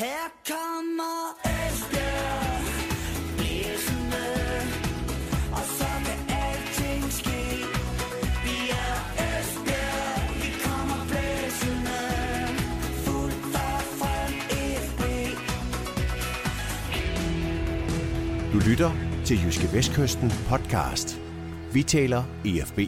Her kommer Esbjerg blæsende, og så kan alting ske. Vi er Esbjerg, vi kommer blæsende, fuldt og frem FB. Du lytter til Jyske Vestkysten podcast. Vi taler EFB.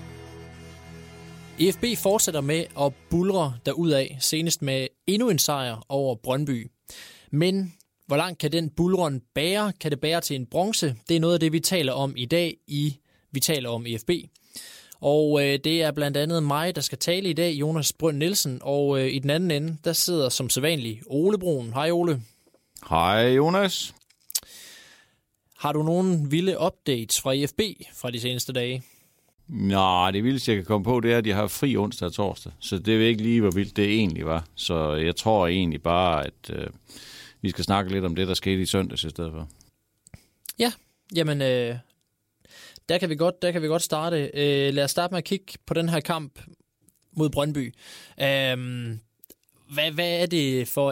EFB fortsætter med at buldre derudad, senest med endnu en sejr over Brøndby. Men hvor langt kan den buldren bære? Kan det bære til en bronze? Det er noget af det, vi taler om i dag Vi taler om EFB. Og det er blandt andet mig, der skal tale i dag, Jonas Brønd Nielsen. Og i den anden ende, der sidder som sædvanlig Ole Brun. Hej Ole. Hej Jonas. Har du nogle vilde updates fra EFB fra de seneste dage? Nej, det vildeste, jeg kan komme på, det er, at de har fri onsdag og torsdag. Så det ved ikke lige, hvor vildt det egentlig var. Så jeg tror egentlig bare, at vi skal snakke lidt om det, der skete i søndags i stedet for. Ja, jamen, der kan vi godt starte. Lad os starte med at kigge på den her kamp mod Brøndby. Hvad er det for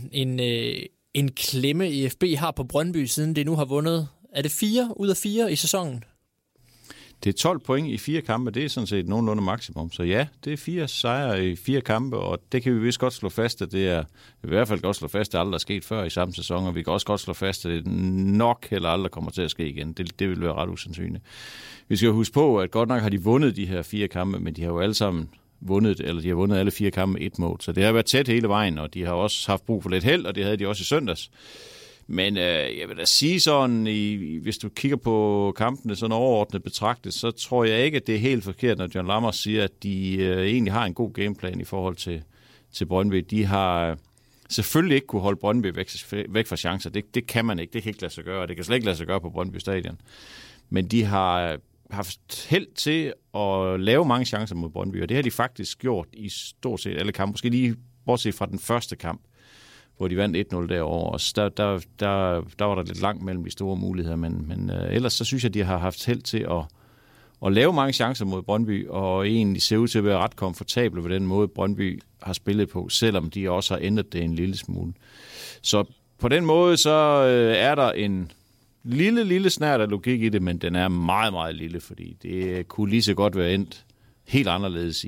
en klemme EFB har på Brøndby, siden det nu har vundet? Er det 4 ud af 4 i sæsonen? Det er 12 point i 4 kampe, det er sådan set nogenlunde maksimum. Så ja, det er 4 sejre i 4 kampe, og det kan vi vist godt slå fast, at det er i hvert fald godt slå fast, at det aldrig er sket før i samme sæson, og vi kan også godt slå fast, at det nok heller aldrig kommer til at ske igen. Det vil være ret usandsynligt. Vi skal jo huske på, at godt nok har de vundet de her 4 kampe, men de har jo alle sammen vundet alle 4 kampe med 1 mål. Så det har været tæt hele vejen, og de har også haft brug for lidt held, og det havde de også i søndags. Men jeg vil da sige sådan, hvis du kigger på kampene sådan overordnet betragtet, så tror jeg ikke, at det er helt forkert, når John Lammers siger, at de egentlig har en god gameplan i forhold til Brøndby. De har selvfølgelig ikke kunne holde Brøndby væk fra chancer. Det kan man ikke. Det kan ikke lade sig gøre. Det kan slet ikke lade sig gøre på Brøndby Stadion. Men de har haft held til at lave mange chancer mod Brøndby, og det har de faktisk gjort i stort set alle kampe. Måske lige bortset fra den første kamp, hvor de vandt 1-0 derovre. Og der var der lidt langt mellem de store muligheder, men ellers så synes jeg, at de har haft held til at lave mange chancer mod Brøndby, og egentlig ser ud til at være ret komfortable ved den måde, Brøndby har spillet på, selvom de også har ændret det en lille smule. Så på den måde, så er der en lille snært af logik i det, men den er meget, meget lille, fordi det kunne lige så godt være endt helt anderledes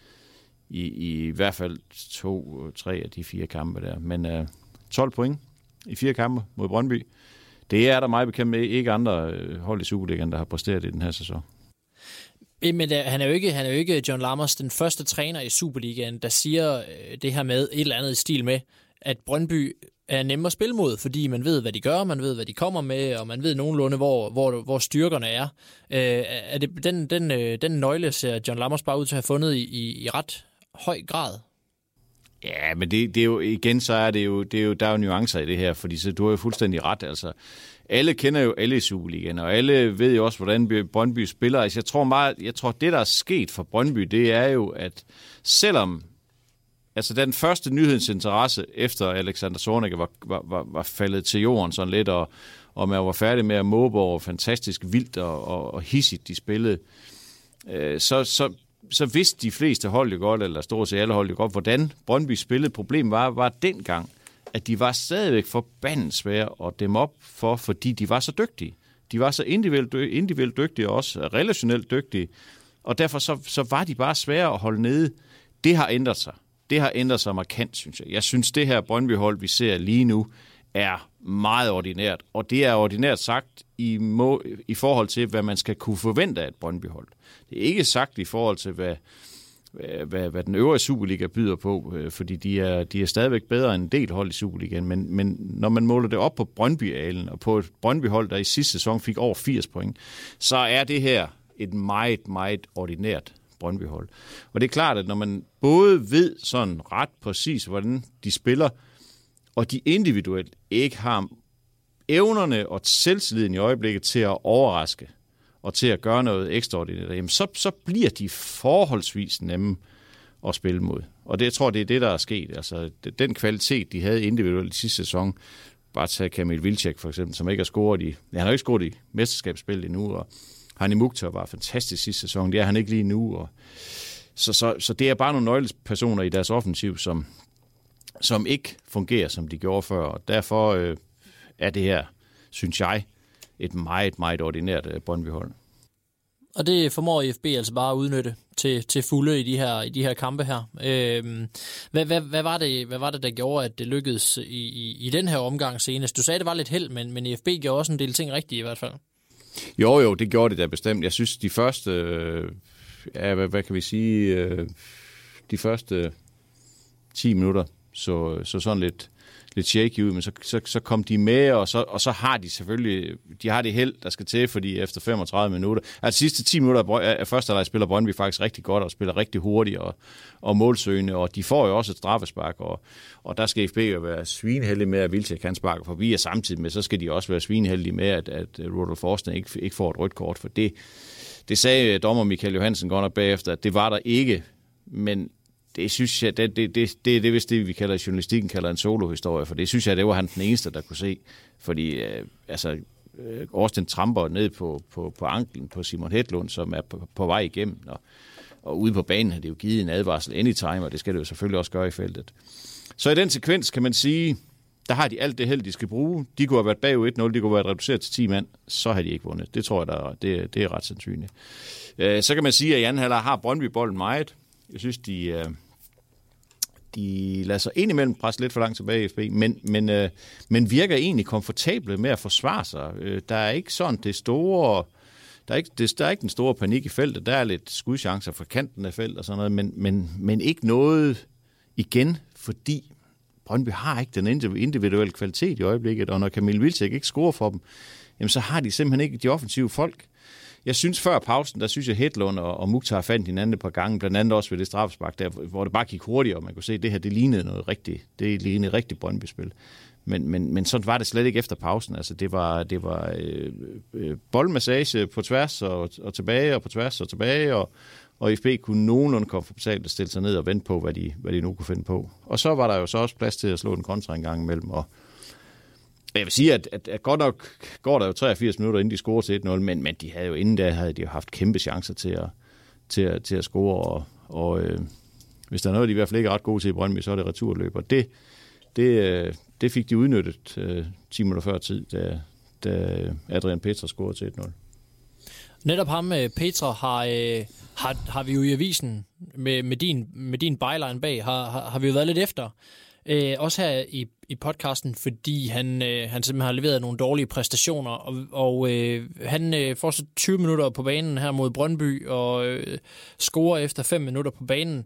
i hvert fald 2-3 af de 4 kampe der. Men 12 point i 4 kampe mod Brøndby, det er der meget bekendt med ikke andre hold i Superligaen, der har præsteret i den her sæson. Men han er jo ikke John Lammers, den første træner i Superligaen, der siger det her med et eller andet stil med, at Brøndby er nemme at spille mod, fordi man ved, hvad de gør, man ved, hvad de kommer med, og man ved nogenlunde, hvor styrkerne er. Er det den nøgle, ser John Lammers bare ud til at have fundet i ret høj grad? Ja, men det er jo igen, så er det jo, der er jo nuancer i det her, fordi så du har jo fuldstændig ret. Altså, alle kender jo alle i Superligaen, og alle ved jo også, hvordan Brøndby spiller. Altså, jeg tror, det, der er sket for Brøndby, det er jo, at selvom altså den første nyhedsinteresse efter Alexander Zorniger var faldet til jorden sådan lidt, og man var færdig med at måbe over fantastisk vildt og hissigt de spillede, så vidste de fleste hold jo godt, eller stort set alle hold jo godt, hvordan Brøndby spillede. Problemet var dengang, at de var stadigvæk forbandet svære at dæmme op for, fordi de var så dygtige. De var så individuelt dygtige og også relationelt dygtige, og derfor så var de bare svære at holde nede. Det har ændret sig. Det har ændret sig markant, synes jeg. Jeg synes, det her Brøndby-hold, vi ser lige nu, er meget ordinært. Og det er ordinært sagt i forhold til, hvad man skal kunne forvente af et Brøndby-hold. Det er ikke sagt i forhold til, hvad den øvrige Superliga byder på, fordi de er stadigvæk bedre end en del hold i Superligaen. Men når man måler det op på Brøndby-alen, og på et Brøndby-hold, der i sidste sæson fik over 80 point, så er det her et meget, meget ordinært Brøndby-hold. Og det er klart, at når man både ved sådan ret præcis, hvordan de spiller, og de individuelt ikke har evnerne og selvtilliden i øjeblikket til at overraske og til at gøre noget ekstraordinært, jamen så bliver de forholdsvis nemme at spille mod. Og det, jeg tror, det er det, der er sket. Altså, den kvalitet, de havde individuelt i sidste sæson, bare tage Kamil Vilcek for eksempel, som ikke har scoret han har ikke scoret i mesterskabsspil endnu, og Hani Mukhtar var fantastisk sidste sæson, det er han ikke lige nu. Og så det er bare nogle nøglepersoner i deres offensiv, som ikke fungerer, som de gjorde før. Og derfor er det her, synes jeg, et meget, meget ordinært Brøndby-hold. Og det formår IFB altså bare at udnytte til fulde i de her kampe her. Hvad var det, der gjorde, at det lykkedes i den her omgang senest? Du sagde, det var lidt held, men IFB gjorde også en del ting rigtigt i hvert fald. Jo, det gjorde det da bestemt. Jeg synes, de første, hvad kan vi sige, de første 10 minutter så sådan lidt shaky ud, men så kom de med, og så har de selvfølgelig, de har det held, der skal til, fordi efter 35 minutter, altså sidste 10 minutter af første halvleg spiller Brøndby faktisk rigtig godt, og spiller rigtig hurtigt og målsøgende, og de får jo også et straffespark, og der skal FB jo være svineheldige med, at Wilczek kan sparke forbi, og samtidig med, så skal de også være svineheldige med, at Rudolf Forsten ikke får et rødt kort, for det sagde dommer Michael Johansen godt nok bagefter, at det var der ikke, men det synes jeg, det er vist det, vi kalder journalistikken kalder en solohistorie, for det synes jeg, det var han den eneste, der kunne se. Fordi Austin tramper ned på anklen på Simon Hedlund, som er på vej igennem, og ude på banen har det jo givet en advarsel anytime, og det skal det jo selvfølgelig også gøre i feltet. Så i den sekvens kan man sige, der har de alt det held, de skal bruge. De kunne have været bagud 1-0, de kunne have været reduceret til 10 mand, så har de ikke vundet. Det tror jeg, det er ret sandsynligt. Så kan man sige, at i anden halvleg har Brøndby bolden meget. Jeg synes, de lader sig indimellem presse lidt for langt tilbage i FB, men virker egentlig komfortable med at forsvare sig. Der er ikke sådan det store, der er ikke den store panik i feltet. Der er lidt skudchancer fra kanten af feltet og sådan noget, men ikke noget igen, fordi Brøndby har ikke den individuelle kvalitet i øjeblikket, og når Kamil Wilczek ikke scorer for dem, jamen så har de simpelthen ikke de offensive folk. Jeg synes før pausen, der synes jeg Hedlund og Mukhtar fandt hinanden et par gange, blandt andet også ved det straffespark, der, hvor det bare gik hurtigere, og man kunne se, at det her, det lignede noget rigtigt. Det lignede rigtig Brøndby-spil. Men sådan var det slet ikke efter pausen. Altså, det var boldmassage på tværs og tilbage, og på tværs og tilbage, og FB kunne nogenlunde komfortabelt stille sig ned og vente på, hvad de nu kunne finde på. Og så var der jo så også plads til at slå en kontra en gang imellem, og jeg vil sige, at godt nok går der jo 83 minutter, inden de scorer til 1-0, men de havde jo inden da havde de jo haft kæmpe chancer til at score, og hvis der er noget, de i hvert fald ikke er ret gode til i Brøndby, så er det returløb, og det fik de udnyttet 10 minutter før tid, da Adrian Petra scorede til 1-0. Netop ham, Petra, har vi jo i avisen med din byline bag, har vi jo været lidt efter. Også her i podcasten, fordi han simpelthen har leveret nogle dårlige præstationer, og han får så 20 minutter på banen her mod Brøndby, og scorer efter 5 minutter på banen.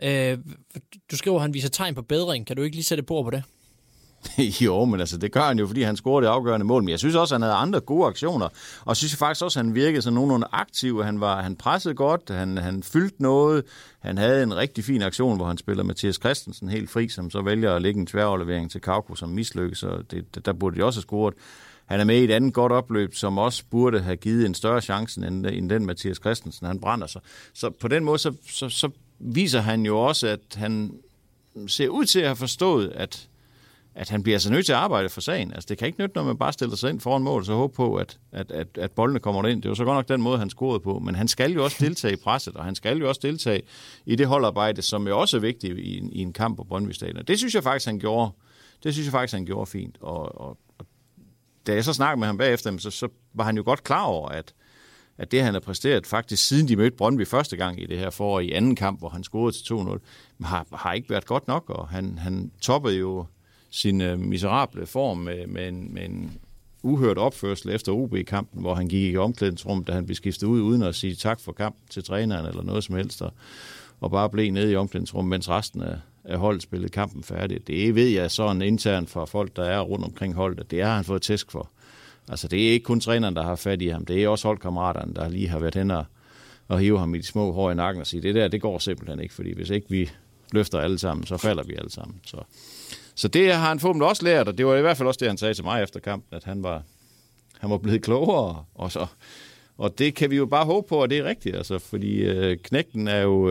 Du skriver, at han viser tegn på bedring. Kan du ikke lige sætte på det? Jo, men altså, det gør han jo, fordi han scorede det afgørende mål. Men jeg synes også, at han havde andre gode aktioner. Og jeg synes faktisk også, at han virkede sådan nogenlunde aktiv. Han pressede godt, han fyldte noget. Han havde en rigtig fin aktion, hvor han spiller Mathias Christensen helt fri, som så vælger at lægge en tværaflevering til Kauko, som mislykkes. Så der burde de også have scoret. Han er med i et andet godt opløb, som også burde have givet en større chance end den Mathias Christensen. Han brænder sig. Så på den måde, så viser han jo også, at han ser ud til at have forstået, at han bliver så nødt til at arbejde for sagen. Altså, det kan ikke nytte, når man bare stiller sig ind foran mål, så håbe på, at boldene kommer ind. Det er jo så godt nok den måde, han scorede på. Men han skal jo også deltage i presset, og han skal jo også deltage i det holdarbejde, som jo også er vigtigt i en kamp på Brøndby Stadion. Det synes jeg faktisk, han gjorde. Det synes jeg faktisk, han gjorde fint. Og da jeg så snakkede med ham bagefter, så var han jo godt klar over, at det, han har præsteret faktisk siden de mødte Brøndby første gang i det her forår i anden kamp, hvor han scorede til 2-0, har ikke været godt nok, og han toppede jo sin miserable form med en uhørt opførsel efter OB-kampen, hvor han gik i omklædningsrummet, da han blev skiftet ud, uden at sige tak for kampen til træneren eller noget som helst, og bare blev nede i omklædningsrummet, mens resten af holdet spillede kampen færdig. Det ved jeg sådan internt fra folk, der er rundt omkring holdet, det har han fået tæsk for. Altså, det er ikke kun træneren, der har fat i ham, det er også holdkammeraterne, der lige har været hen og hive ham i de små hår i nakken og sige, det går simpelthen ikke, fordi hvis ikke vi løfter alle sammen, så falder vi alle sammen. Så det har han forhåbentlig også lært, og det var i hvert fald også det, han sagde til mig efter kampen, at han var blevet klogere, og det kan vi jo bare håbe på, at det er rigtigt, altså, fordi knægten er jo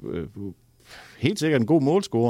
helt sikkert en god målscorer,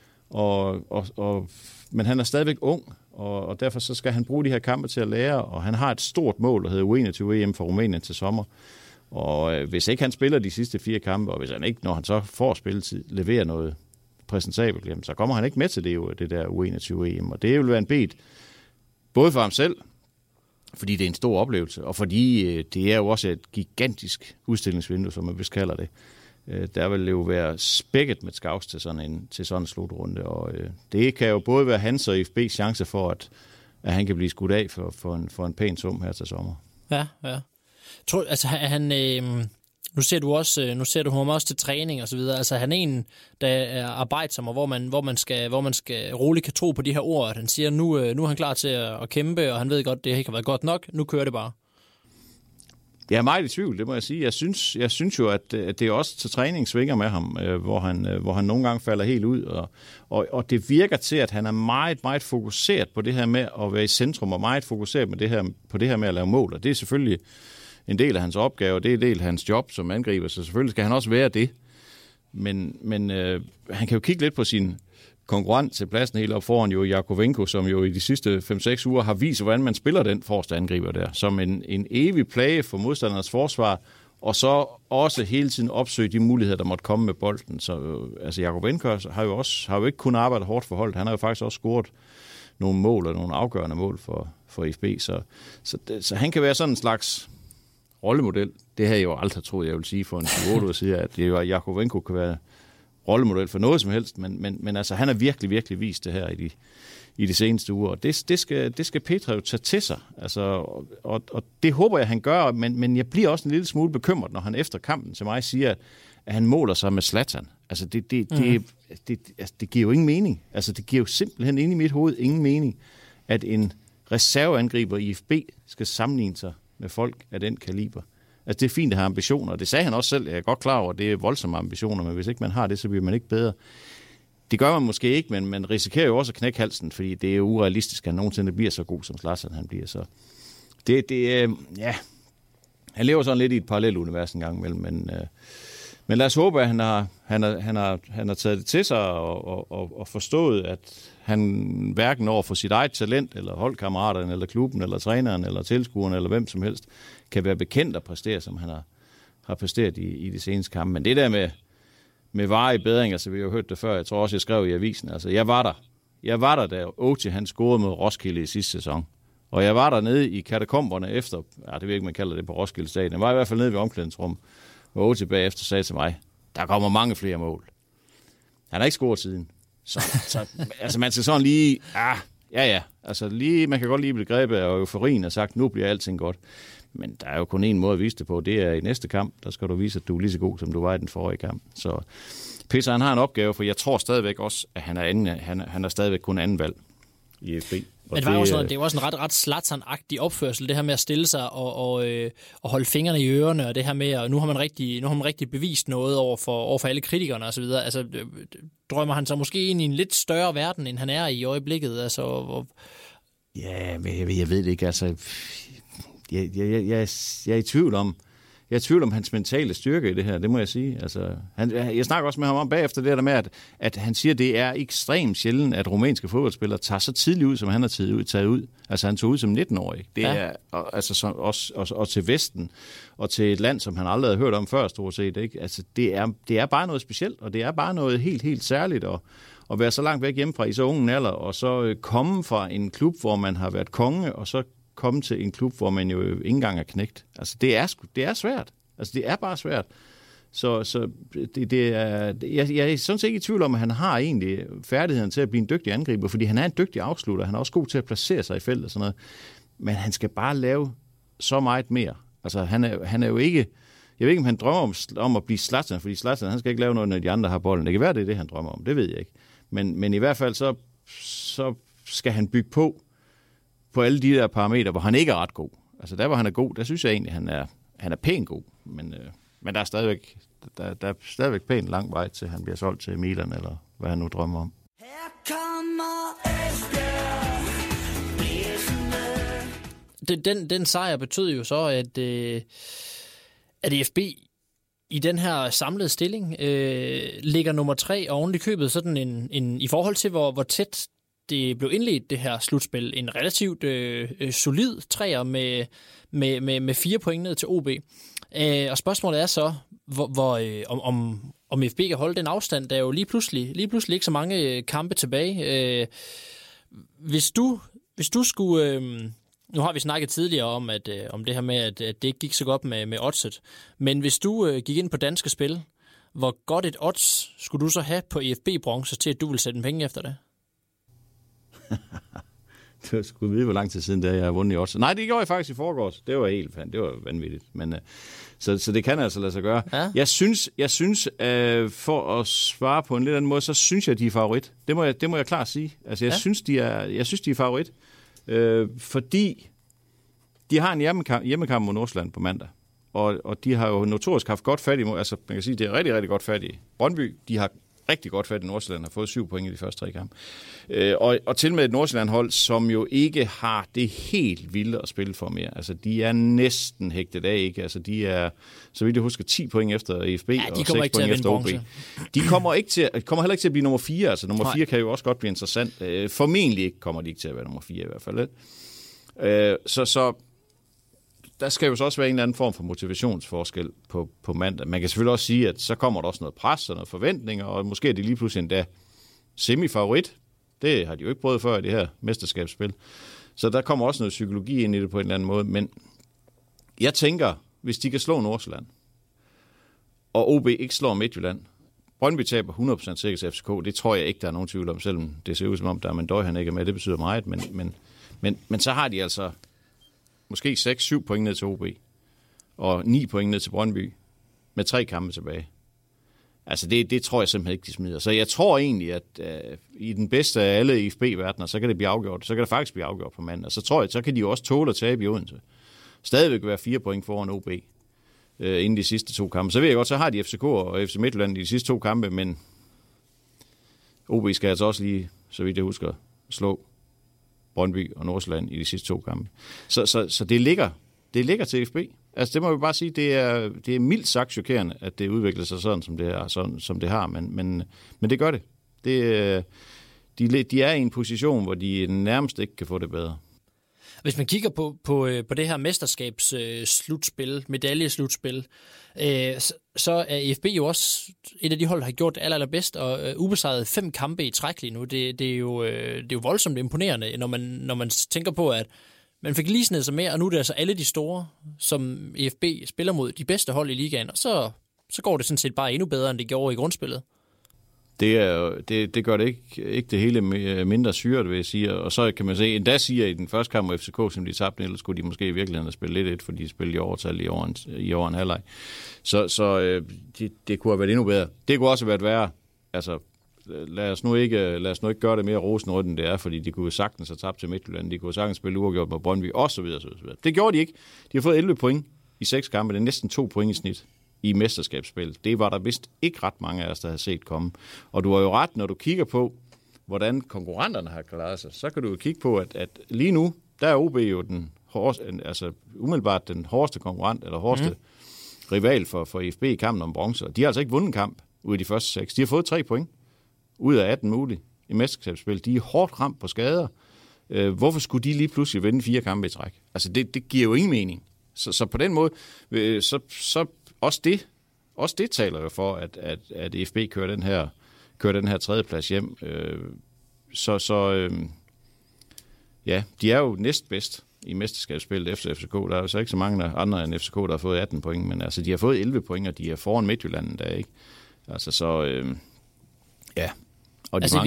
men han er stadigvæk ung, og derfor så skal han bruge de her kampe til at lære, og han har et stort mål, der hedder U21-EM for Rumænien til sommer, og hvis ikke han spiller de sidste 4 kampe, og hvis han ikke, når han så får spilletid, leverer noget præsentabelt, jamen, så kommer han ikke med til det der U21-EM, og det vil være en bed, både for ham selv, fordi det er en stor oplevelse, og fordi det er jo også et gigantisk udstillingsvindue, som man vist kalder det. Der vil jo være spækket med scouts til sådan en slutrunde, og det kan jo både være hans og IFB's chance for, at han kan blive skudt af for en pæn sum her til sommer. Ja. Tror, altså han, nu ser du ham også til træning og så videre. Altså han er en, der er arbejdsom, og hvor man skal roligt kan tro på de her ord, at han siger, nu er han klar til at kæmpe, og han ved godt, det ikke har været godt nok, nu kører det bare. Jeg er meget i tvivl, det må jeg sige. Jeg synes jo, at det også til træning svinger med ham, hvor han nogle gange falder helt ud. Og det virker til, at han er meget, meget fokuseret på det her med at være i centrum, og meget fokuseret på det her med at lave mål. Og det er selvfølgelig en del af hans opgave, og det er en del af hans job som angriber, så selvfølgelig skal han også være det. Men han kan jo kigge lidt på sin konkurrent til pladsen helt op foran jo Jakovenko, som jo i de sidste 5-6 uger har vist, hvordan man spiller den forreste angriber der, som en evig plage for modstandernes forsvar, og så også hele tiden opsøge de muligheder, der måtte komme med bolden. Så altså Jakovenko har jo ikke kun arbejdet hårdt for holdet, han har jo faktisk også scoret nogle mål, og nogle afgørende mål for FB, så han kan være sådan en slags rollemodel. Det har jeg jo aldrig troet, jeg vil sige for en 8 år siden, at Jakovenko kan være rollemodel for noget som helst, men altså, han har virkelig, virkelig vist det her i de seneste uger, og det skal Petra jo tage til sig, altså, og det håber jeg, han gør, men jeg bliver også en lille smule bekymret, når han efter kampen til mig siger, at han måler sig med Zlatan. Altså, det giver jo ingen mening. Altså, det giver jo simpelthen inde i mit hoved ingen mening, at en reserveangriber i FB skal sammenligne sig med folk af den kaliber. Altså, det er fint at have ambitioner, og det sagde han også selv. Jeg er godt klar over, at det er voldsomme ambitioner, men hvis ikke man har det, så bliver man ikke bedre. Det gør man måske ikke, men man risikerer jo også at knække halsen, fordi det er jo urealistisk, at han nogensinde bliver så god, som Zlatan han bliver. Så ja, han lever sådan lidt i et parallelt univers en gang imellem, men lad os håbe, at han har taget det til sig og forstået, at han hverken over for sit eget talent, eller holdkammeraterne, eller klubben, eller træneren, eller tilskuerne, eller hvem som helst, kan være bekendt at præstere, som han har præsteret i de seneste kampe. Men det der med varige bedringer, så vi har jo hørt det før, jeg tror også, jeg skrev i avisen, altså jeg var der, da Oti han scorede mod Roskilde i sidste sæson. Og jeg var der nede i katakomberne efter, det ved jeg ikke, man kalder det på Roskilde Stadion, jeg var i hvert fald nede ved omklædningsrum, hvor Oti bagefter sagde til mig, der kommer mange flere mål. Han har ikke scoret siden. Så altså man skal sådan lige, altså lige, man kan godt lige blive grebet af euforien og sagt, nu bliver alting godt. Men der er jo kun en måde at vise det på, det er i næste kamp, der skal du vise, at du er lige så god, som du var i den forrige kamp. Så Peter, han har en opgave, for jeg tror stadigvæk også, at han er stadigvæk kun anden valg i FB. Men det var jo også en ret Zlatan-agtig opførsel, det her med at stille sig og holde fingrene i ørerne, og det her med, at nu har man rigtig bevist noget over for alle kritikerne og så videre. Altså, drømmer han sig måske ind i en lidt større verden, end han er i øjeblikket? Altså, Ja, men jeg ved det ikke. Altså, jeg er i tvivl om. Jeg er i tvivl om hans mentale styrke i det her, det må jeg sige. Altså, jeg snakker også med ham om bagefter det der med, at han siger, at det er ekstremt sjældent, at rumænske fodboldspillere tager så tidligt ud, som han har taget ud. Altså han tog ud som 19-årig. Det er altså også til Vesten, og til et land, som han aldrig havde hørt om før, stort set. Ikke? Altså, det er bare noget specielt, og det er bare noget helt, helt særligt at være så langt væk hjemmefra i så ungen alder, og så komme fra en klub, hvor man har været konge, og så komme til en klub, hvor man jo ikke engang er knægt. Altså, det er svært. Altså, det er bare svært. Så jeg er sådan set ikke i tvivl om, at han har egentlig færdigheden til at blive en dygtig angriber, fordi han er en dygtig afslutter. Han er også god til at placere sig i feltet og sådan noget. Men han skal bare lave så meget mere. Altså, han er jo ikke... Jeg ved ikke, om han drømmer om at blive Zlatan, fordi Zlatan, han skal ikke lave noget, når de andre har bolden. Det kan være, det er det, han drømmer om. Det ved jeg ikke. Men i hvert fald så skal han bygge på alle de der parametre, hvor han ikke er ret god. Altså der, hvor han er god, der synes jeg egentlig, han er pænt god. Men der er stadigvæk pænt lang vej til, han bliver solgt til Milan, eller hvad han nu drømmer om. Her kommer Esbjerg. Den sejr betød jo så, at FB i den her samlede stilling ligger nummer 3, og oven i købet sådan en i forhold til, hvor tæt det blev indledt, det her slutspil, en relativt solid træer med 4 point ned til OB. Og spørgsmålet er så, om FB kan holde den afstand. Der er jo lige pludselig ikke så mange kampe tilbage. Hvis du skulle... nu har vi snakket tidligere om det her med, at det ikke gik så godt med oddset. Men hvis du gik ind på Danske Spil, hvor godt et odds skulle du så have på EFB-bronze til, at du vil sætte en penge efter det? Du skulle vide, hvor lang tid siden det er, jeg har vundet i odds. Nej, det gjorde jeg faktisk i forgårs. Det var helt det var vanvittigt. Men, så det kan altså lade sig gøre. Ja. Jeg synes for at svare på en lidt anden måde, så synes jeg, de er favorit. Det må jeg klart sige. Altså, jeg synes, de er favorit. Fordi de har en hjemmekamp mod Nordsjælland på mandag. Og de har jo notorisk haft godt fat i, altså man kan sige, det er rigtig, rigtig godt fat i Brøndby. De har rigtig godt fat i Nordsjælland, har fået 7 point i de første 3 kampe. Og til med et Nordsjælland-hold, som jo ikke har det helt vilde at spille for mere. Altså, de er næsten hægtet af, ikke? Altså, de er, så vidt jeg husker, 10 point efter EFB og 6 point efter OB. De kommer heller ikke til at blive nummer 4. Altså, nummer 4 kan jo også godt blive interessant. Formentlig ikke kommer de ikke til at være nummer 4 i hvert fald. Så der skal jo så også være en eller anden form for motivationsforskel på mandag. Man kan selvfølgelig også sige, at så kommer der også noget pres og noget forventninger, og måske er de lige pludselig endda semi-favorit. Det har de jo ikke prøvet før i det her mesterskabsspil. Så der kommer også noget psykologi ind i det på en eller anden måde. Men jeg tænker, hvis de kan slå Nordsjælland, og OB ikke slår Midtjylland, Brøndby taber 100% sikkert til FCK, det tror jeg ikke, der er nogen tvivl om, selvom det ser ud som om, der er Mendøj, han ikke er med. Det betyder meget, men så har de altså måske 6-7 point ned til OB, og 9 point ned til Brøndby, med 3 kampe tilbage. Altså, det tror jeg simpelthen ikke, de smider. Så jeg tror egentlig, at i den bedste af alle IFB-verdener, så kan det blive afgjort. Så kan det faktisk blive afgjort på mandag. Så tror jeg, så kan de jo også tåle at tabe i Odense. Stadigvæk være 4 point foran OB inden de sidste 2 kampe. Så ved jeg godt, så har de FCK og FC Midtjylland i de sidste 2 kampe, men OB skal altså også lige, så vidt jeg husker, slå Brøndby og Nordsjælland i de sidste 2 kampe. Så det ligger til FB. Altså det må vi bare sige, det er mildt sagt chokerende, at det udvikler sig sådan, som det har, men det gør det. De er i en position, hvor de nærmest ikke kan få det bedre. Hvis man kigger på det her mesterskabsslutspil, medaljeslutspil, så er EFB jo også et af de hold, der har gjort det allerbedst, og ubesejret 5 kampe i træk lige nu. Det er jo voldsomt imponerende, når man tænker på, at man fik lige snedet sig med, og nu er det altså alle de store, som EFB spiller mod, de bedste hold i ligaen, og så går det sådan set bare endnu bedre, end det gjorde i grundspillet. Det gør det ikke det hele mindre syret, vil jeg sige. Og så kan man se, endda siger i den første kamp mod FCK, som de tabte, ellers skulle de måske i virkeligheden have spillet lidt, fordi de spillede i overtal i over en halvleg. Så det kunne have været endnu bedre. Det kunne også have været værre. Altså, lad os nu ikke gøre det mere rosenrødt, end det er, fordi de kunne sagtens have tabt til Midtjylland, de kunne sagtens spille uafgjort med Brøndby, osv. Det gjorde de ikke. De har fået 11 point i 6 kampe. Det er næsten 2 point i snit i mesterskabsspil. Det var der vist ikke ret mange af os, der havde set komme. Og du har jo ret, når du kigger på, hvordan konkurrenterne har klaret sig, så kan du jo kigge på, at lige nu, der er OB jo den hårdeste, altså umiddelbart den hårdeste konkurrent, eller hårdeste rival for IFB i kampen om bronze. De har altså ikke vundet en kamp ud af de første 6. De har fået 3 point ud af 18 muligt i mesterskabsspil. De er hårdt ramt på skader. Hvorfor skulle de lige pludselig vinde 4 kampe i træk? Altså det giver jo ingen mening. Så på den måde, så også det taler jo for, at EFB kører den her 3. plads hjem. Ja, de er jo næstbedst i mesterskabsspillet efter FCK. Der er jo så ikke så mange andre end FCK, der har fået 18 point, men altså de har fået 11 point, og de er foran Midtjylland der, ikke? Altså ja, og de altså,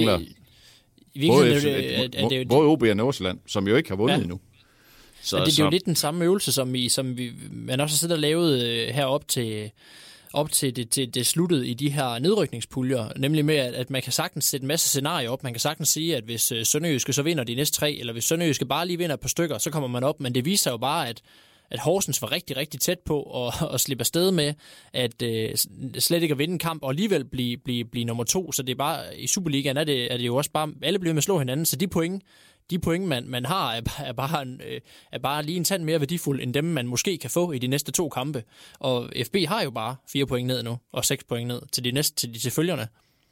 mangler både OB og Nordsjælland, som jo ikke har vundet endnu. Så det er jo lidt den samme øvelse, som man også har siddet og lavet herop til det sluttede i de her nedrykningspuljer, nemlig med, at man kan sagtens sætte en masse scenarier op. Man kan sagtens sige, at hvis Sønderjyske så vinder de næste 3, eller hvis Sønderjyske bare lige vinder et par stykker, så kommer man op. Men det viser jo bare, at Horsens var rigtig, rigtig tæt på at slippe afsted med, at slet ikke at vinde en kamp, og alligevel blive nummer 2. Så det er bare, i Superligaen er det jo også bare, alle bliver med at slå hinanden, så de point, man har, er bare lige en tand mere værdifuld, end dem, man måske kan få i de næste 2 kampe. Og FB har jo bare 4 point ned nu, og 6 point ned til de følgerne.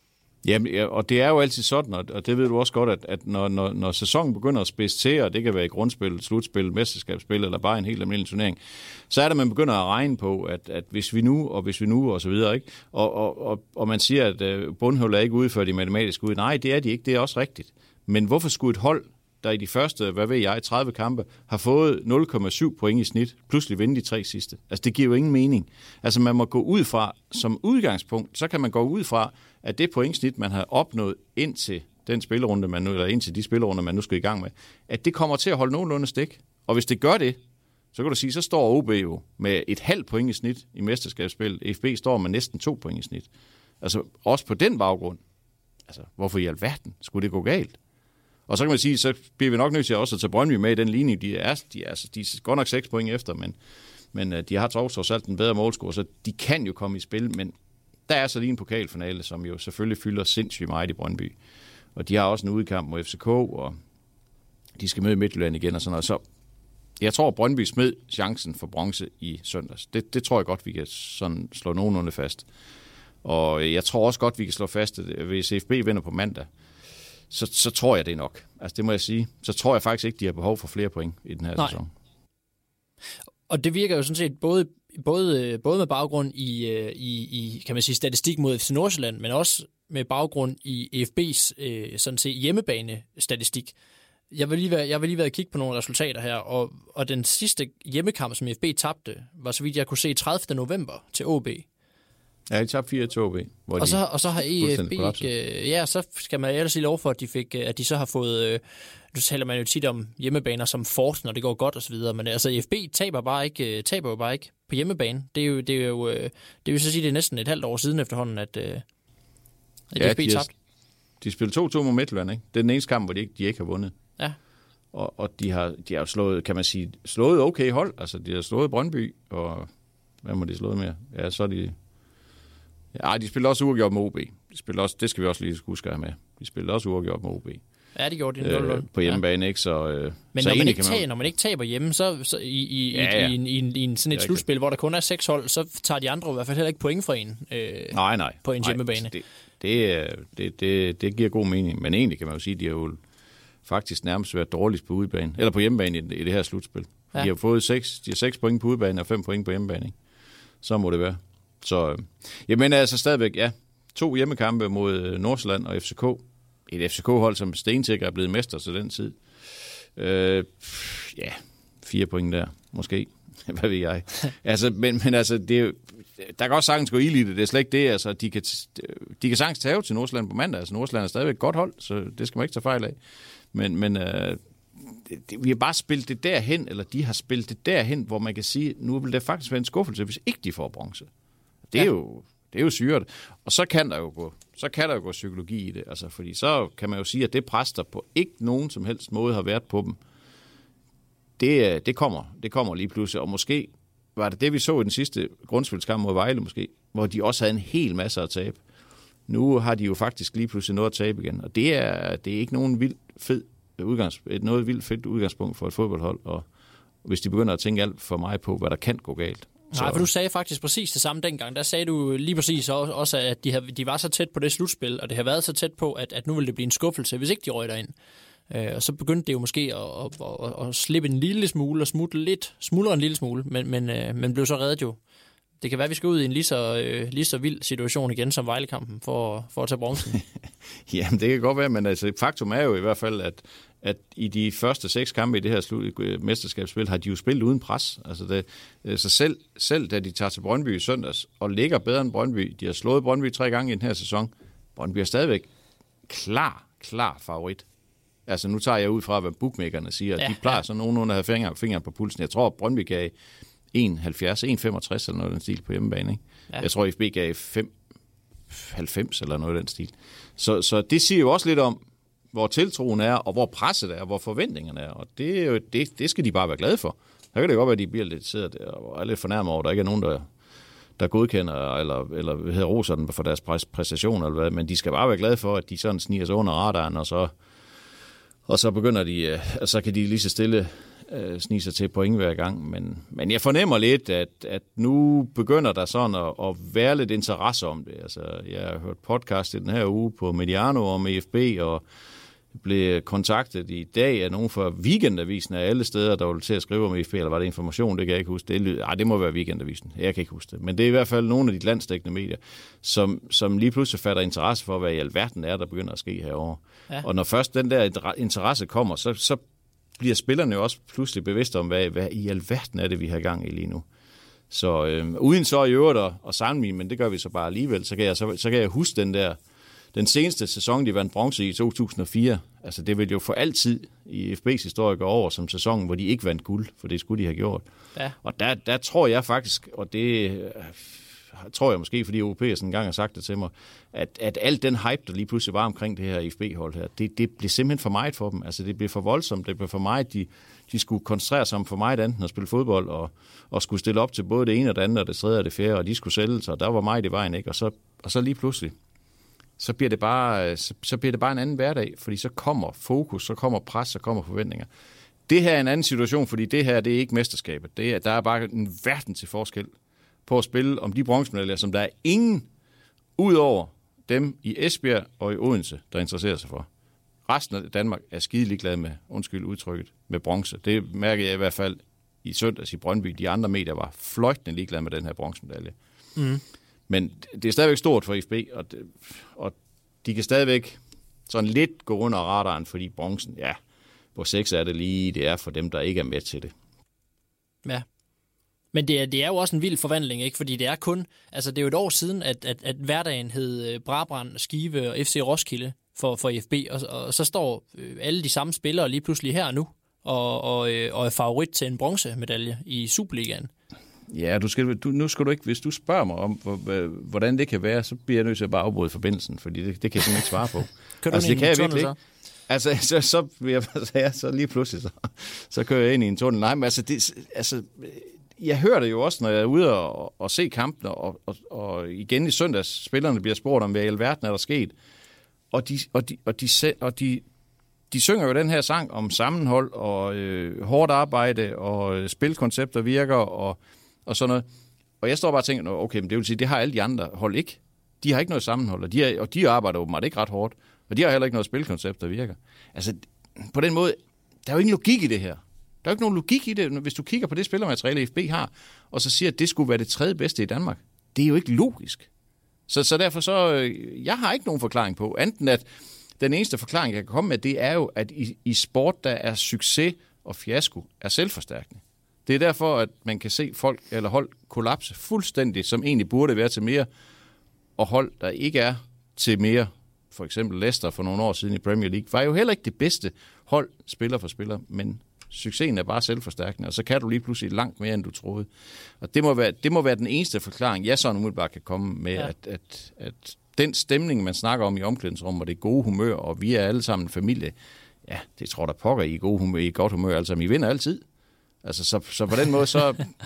Jamen, og det er jo altid sådan, og det ved du også godt, at når sæsonen begynder at spidse til, og det kan være i grundspil, slutspil, mesterskabsspil, eller bare en helt almindelig turnering, så er det, man begynder at regne på, at hvis vi nu, og så videre, ikke? Og man siger, at bundhul er ikke udført i matematisk ud. Nej, det er de ikke, det er også rigtigt. Men hvorfor skulle et hold, der i de første, 30 kampe, har fået 0,7 point i snit, pludselig vinde de 3 sidste? Altså, det giver jo ingen mening. Altså, man må gå ud fra, som udgangspunkt, så kan man gå ud fra, at det pointsnit, man har opnået indtil den spillerunde, eller indtil de spillerunder, man nu skal i gang med, at det kommer til at holde nogenlunde stik. Og hvis det gør det, så kan du sige, så står OB jo med et halvt point i snit i mesterskabsspil. FB står med næsten 2 point i snit. Altså, også på den baggrund. Altså, hvorfor i alverden skulle det gå galt? Og så kan man sige, så bliver vi nok nødt til også at tage Brøndby med i den linje. De er godt nok 6 point efter, men de har trods alt en bedre målscore, så de kan jo komme i spil, men der er så lige en pokalfinale, som jo selvfølgelig fylder sindssygt meget i Brøndby. Og de har også en udkamp mod FCK, og de skal møde Midtjylland igen og sådan noget. Så jeg tror, Brøndby smed chancen for bronze i søndags. Det tror jeg godt, vi kan sådan slå nogenlunde fast. Og jeg tror også godt, vi kan slå fast, at hvis FB vinder på mandag, så tror jeg, det er nok. Altså, det må jeg sige. Så tror jeg faktisk ikke, de har behov for flere point i den her sæson. Og det virker jo sådan set både med baggrund i kan man sige, statistik mod FC Nordsjælland, men også med baggrund i FB's sådan set hjemmebane-statistik. Jeg vil lige være at kigge på nogle resultater her, og den sidste hjemmekamp, som FB tabte, var så vidt jeg kunne se 30. november til OB. Ja, de tabte 4 til OB. Og så har EFB så skal man ellers sige lov for, at de så har fået, nu taler man jo tit om hjemmebaner som fort, når det går godt og så videre, men altså FB taber jo bare ikke på hjemmebane. Det vil så sige, det er næsten et halvt år siden efterhånden, at FB tabte. De spillede 2-2 mod Midtjylland, ikke? Det er den eneste kamp, hvor de ikke har vundet. Ja. Og de har jo slået, kan man sige, slået okay hold. Altså, de har slået Brøndby, og hvad må de slået mere? Ja, så er de... Ja, de spiller også uafgjort med OB. Det skal vi også lige huske at have med. De spiller også uafgjort med OB. Ja, det gjorde de 0-0. På hjemmebane, ikke? Så, men så når man ikke taber hjemme, så i sådan et slutspil, hvor der kun er 6 hold, så tager de andre i hvert fald heller ikke point for en på en hjemmebane. Det giver god mening. Men egentlig kan man jo sige, at de har jo faktisk nærmest været dårligst på udebane, eller på hjemmebane i det her slutspil. Ja. De har fået 6 point på udebane og 5 point på hjemmebane. Ikke? Så må det være. Så, jamen altså stadigvæk, 2 hjemmekampe mod Nordsjælland og FCK. Et FCK-hold, som stensikker er blevet mester til den tid. 4 point der, måske. Hvad ved jeg? Altså, men altså, det er jo, der kan også sagtens gå ild i det er slet ikke det. Altså, de kan sagtens tage til Nordsjælland på mandag. Altså, Nordsjælland er stadigvæk et godt hold, så det skal man ikke tage fejl af. Men vi har bare spillet det derhen, eller de har spillet det derhen, hvor man kan sige, nu vil det faktisk være en skuffelse, hvis ikke de får bronze. Det er jo syret. Og så kan der jo gå psykologi i det, altså, fordi så kan man jo sige, at det pres, der på ikke nogen som helst måde har været på dem, det kommer lige pludselig. Og måske var det, vi så i den sidste grundspilskamp mod Vejle måske, hvor de også havde en hel masse at tabe. Nu har de jo faktisk lige pludselig noget at tabe igen, og det er ikke nogen vildt fedt udgangspunkt for et fodboldhold, og hvis de begynder at tænke alt for meget på, hvad der kan gå galt. Nej, for du sagde faktisk præcis det samme dengang. Der sagde du lige præcis også, at de var så tæt på det slutspil, og det har været så tæt på, at nu ville det blive en skuffelse, hvis ikke de røg derind. Og så begyndte det jo måske at slippe en lille smule og smuldre en lille smule, men blev så reddet jo. Det kan være, at vi skal ud i en lige så vild situation igen som Vejlekampen for at tage bronzen. Jamen, det kan godt være, men altså, faktum er jo i hvert fald, at i de første 6 kampe i det her mesterskabsspil, har de jo spillet uden pres. Altså så selv da de tager til Brøndby i søndags, og ligger bedre end Brøndby, de har slået Brøndby 3 gange i den her sæson, Brøndby er stadigvæk klar favorit. Altså nu tager jeg ud fra, hvad bookmakerne siger, at de plejer sådan nogenlunde at have fingeren på pulsen. Jeg tror, at Brøndby gav 1,70, 1,65 eller noget af den stil på hjemmebane. Ikke? Ja. Jeg tror, at FB gav 5,90 eller noget af den stil. Så det siger jo også lidt om, hvor tiltroen er, og hvor presset er, og hvor forventningerne er. Og det skal de bare være glade for. Der kan det godt være, at de bliver lidt siddet og er lidt fornærmet over, at der ikke er nogen, der godkender eller hedder roser dem for deres præstation, eller hvad. Men de skal bare være glade for, at de sådan sniger sig under radaren, og så begynder de, så kan de lige så stille snige sig til point hver gang. Men jeg fornemmer lidt, at nu begynder der sådan at være lidt interesse om det. Altså, jeg har hørt podcast i den her uge på Mediano om EFB, og blev kontaktet i dag af nogen fra Weekendavisen af alle steder, der var til at skrive om EFB, eller var det Information, det kan jeg ikke huske. Det må være Weekendavisen, jeg kan ikke huske det. Men det er i hvert fald nogle af de landsdækkende medier, som lige pludselig fatter interesse for, hvad i alverden er, der begynder at ske herovre. Ja. Og når først den der interesse kommer, så bliver spillerne jo også pludselig bevidste om, hvad i alverden er det, vi har gang i lige nu. Så uden så i øvrigt at sammenligne, men det gør vi så bare alligevel, så kan jeg huske den seneste sæson, de vandt bronze i 2004, altså det vil jo for altid i FB's historie gå over som sæsonen, hvor de ikke vandt guld, for det skulle de have gjort. Ja. Og der tror jeg faktisk, og det tror jeg måske, fordi OP sådan en gang har sagt det til mig, at alt den hype, der lige pludselig var omkring det her FB-hold her, det blev simpelthen for meget for dem. Altså det blev for voldsomt, det blev for meget, de skulle koncentrere sig om for meget andet end at spille fodbold, og skulle stille op til både det ene og det andet, og det tredje og det fjerde, og de skulle sælge sig, og der var meget i vejen, ikke? Og så lige pludselig, så bliver det bare en anden hverdag, fordi så kommer fokus, så kommer pres, så kommer forventninger. Det her er en anden situation, fordi det her, det er ikke mesterskabet. Der er bare en verden til forskel på at spille om de bronzemedaljer, som der er ingen udover dem i Esbjerg og i Odense, der interesserer sig for. Resten af Danmark er skide ligeglade med, undskyld udtrykket, med bronze. Det mærker jeg i hvert fald i søndags i Brøndby. De andre medier var fløjtende ligeglade med den her bronzemedalje. Mm. Men det er stadigvæk stort for FB, og de kan stadigvæk sådan lidt gå under radaren, fordi bronzen, ja, hvor 6 er det lige, det er for dem, der ikke er med til det. Ja. Men det er jo også en vild forvandling, ikke? Fordi det er kun, altså det er jo et år siden, at hverdagen hed Brabrand, Skive og FC Roskilde for FB, og så står alle de samme spillere lige pludselig her nu, og er favorit til en bronzemedalje i Superligaen. Ja, nu skal du ikke, hvis du spørger mig om, hvordan det kan være, så bliver jeg nødt til at bare afbryde forbindelsen, fordi det kan jeg simpelthen ikke svare på. Altså, det kan jeg virkelig ikke. Altså, så lige pludselig, så kører jeg ind i en tunnel. Nej, men altså, jeg hører det jo også, når jeg er ude og se kampene, og igen i søndags, spillerne bliver spurgt om, hvad i alverden er der sket. Og de synger jo den her sang om sammenhold og hårdt arbejde og spilkoncepter virker og sådan noget. Og jeg står bare og tænker, okay, men det vil sige, det har alle de andre hold ikke. De har ikke noget sammenhold, og de arbejder åbenbart ikke ret hårdt. Og de har heller ikke noget spilkoncept, der virker. Altså, på den måde, der er jo ingen logik i det her. Der er jo ikke nogen logik i det, hvis du kigger på det spillermateriale, FB har, og så siger, at det skulle være det 3. bedste i Danmark. Det er jo ikke logisk. Så derfor jeg har ikke nogen forklaring på, enten at den eneste forklaring, jeg kan komme med, det er jo, at i sport, der er succes og fiasko, er selvforstærkende. Det er derfor, at man kan se folk eller hold kollapse fuldstændig, som egentlig burde være til mere, og hold, der ikke er til mere. For eksempel Leicester for nogle år siden i Premier League, var jo heller ikke det bedste hold, spiller for spiller, men succesen er bare selvforstærkende, og så kan du lige pludselig langt mere, end du troede. Og det må være den eneste forklaring, jeg sådan umiddelbart kan komme med, ja. at den stemning, man snakker om i omklædningsrummet, og det gode humør, og vi er alle sammen en familie, ja, det tror der pokker i gode humør, i godt humør, altså, I vinder altid. Altså, så på den måde,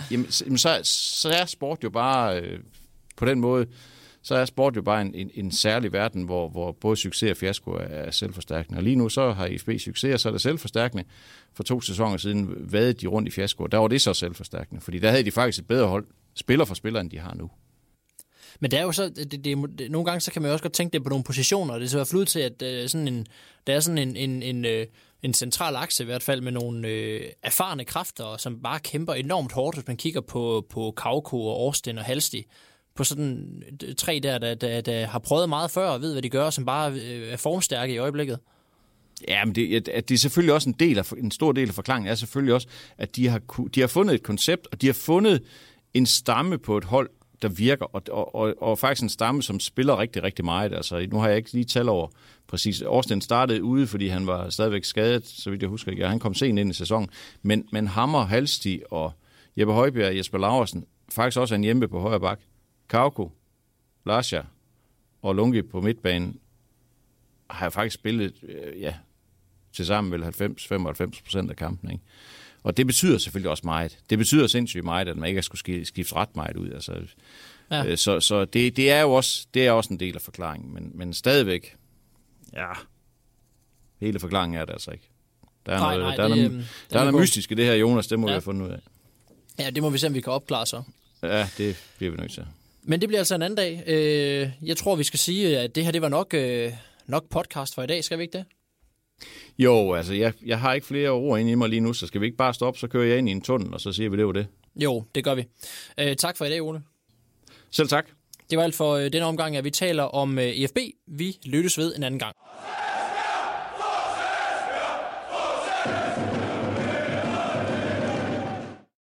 så er sport jo bare, på den måde, så er sport jo bare en særlig verden, hvor både succes og fiasko er selvforstærkende. Og lige nu så har FB succes, og så er det selvforstærkende. For 2 sæsoner siden vadede de rundt i fiasko, og der var det så selvforstærkende, fordi der havde de faktisk et bedre hold, spiller for spiller, end de har nu. Men det er jo så, nogle gange så kan man jo også godt tænke det på nogle positioner, og det er så i hvert fald ud til, at der er sådan en central akse i hvert fald med nogle erfarne kræfter, som bare kæmper enormt hårdt, hvis man kigger på Kauko og Austin og Halsti, på sådan 3 der har prøvet meget før og ved, hvad de gør, som bare er formstærke i øjeblikket. Ja, men det er selvfølgelig også en stor del af forklaringen er selvfølgelig også, at de har fundet et koncept, og de har fundet en stamme på et hold, der virker, og faktisk en stamme, som spiller rigtig, rigtig meget. Altså, nu har jeg ikke lige tal over præcis. Austin startede ude, fordi han var stadigvæk skadet, så vidt jeg husker ikke. Han kom sent ind i sæsonen. Men Hammer, Halsti og Jeppe Højbjerg og Jesper Laursen, faktisk også en hjemme på højre bak. Kauko, Lasja og Lungi på midtbanen har faktisk spillet, til sammen vel 90-95% af kampen, ikke? Og det betyder selvfølgelig også meget. Det betyder sindssygt meget, at man ikke skulle skifte ret meget ud. Altså, ja. Så det er jo også en del af forklaringen. Men stadigvæk, ja, hele forklaringen er det altså ikke. Der er noget mystisk i det her, Jonas. Det må vi have fundet ud af. Ja, det må vi se, om vi kan opklare så. Ja, det bliver vi nødt til. Men det bliver altså en anden dag. Jeg tror, vi skal sige, at det her det var nok podcast for i dag. Skal vi ikke det? Jo, altså jeg har ikke flere ord inde i mig lige nu, så skal vi ikke bare stoppe, så kører jeg ind i en tunnel, og så siger vi, det var det. Jo, det gør vi. Tak for i dag, Ole. Selv tak. Det var alt for denne omgang, at vi taler om EFB. Vi lyttes ved en anden gang.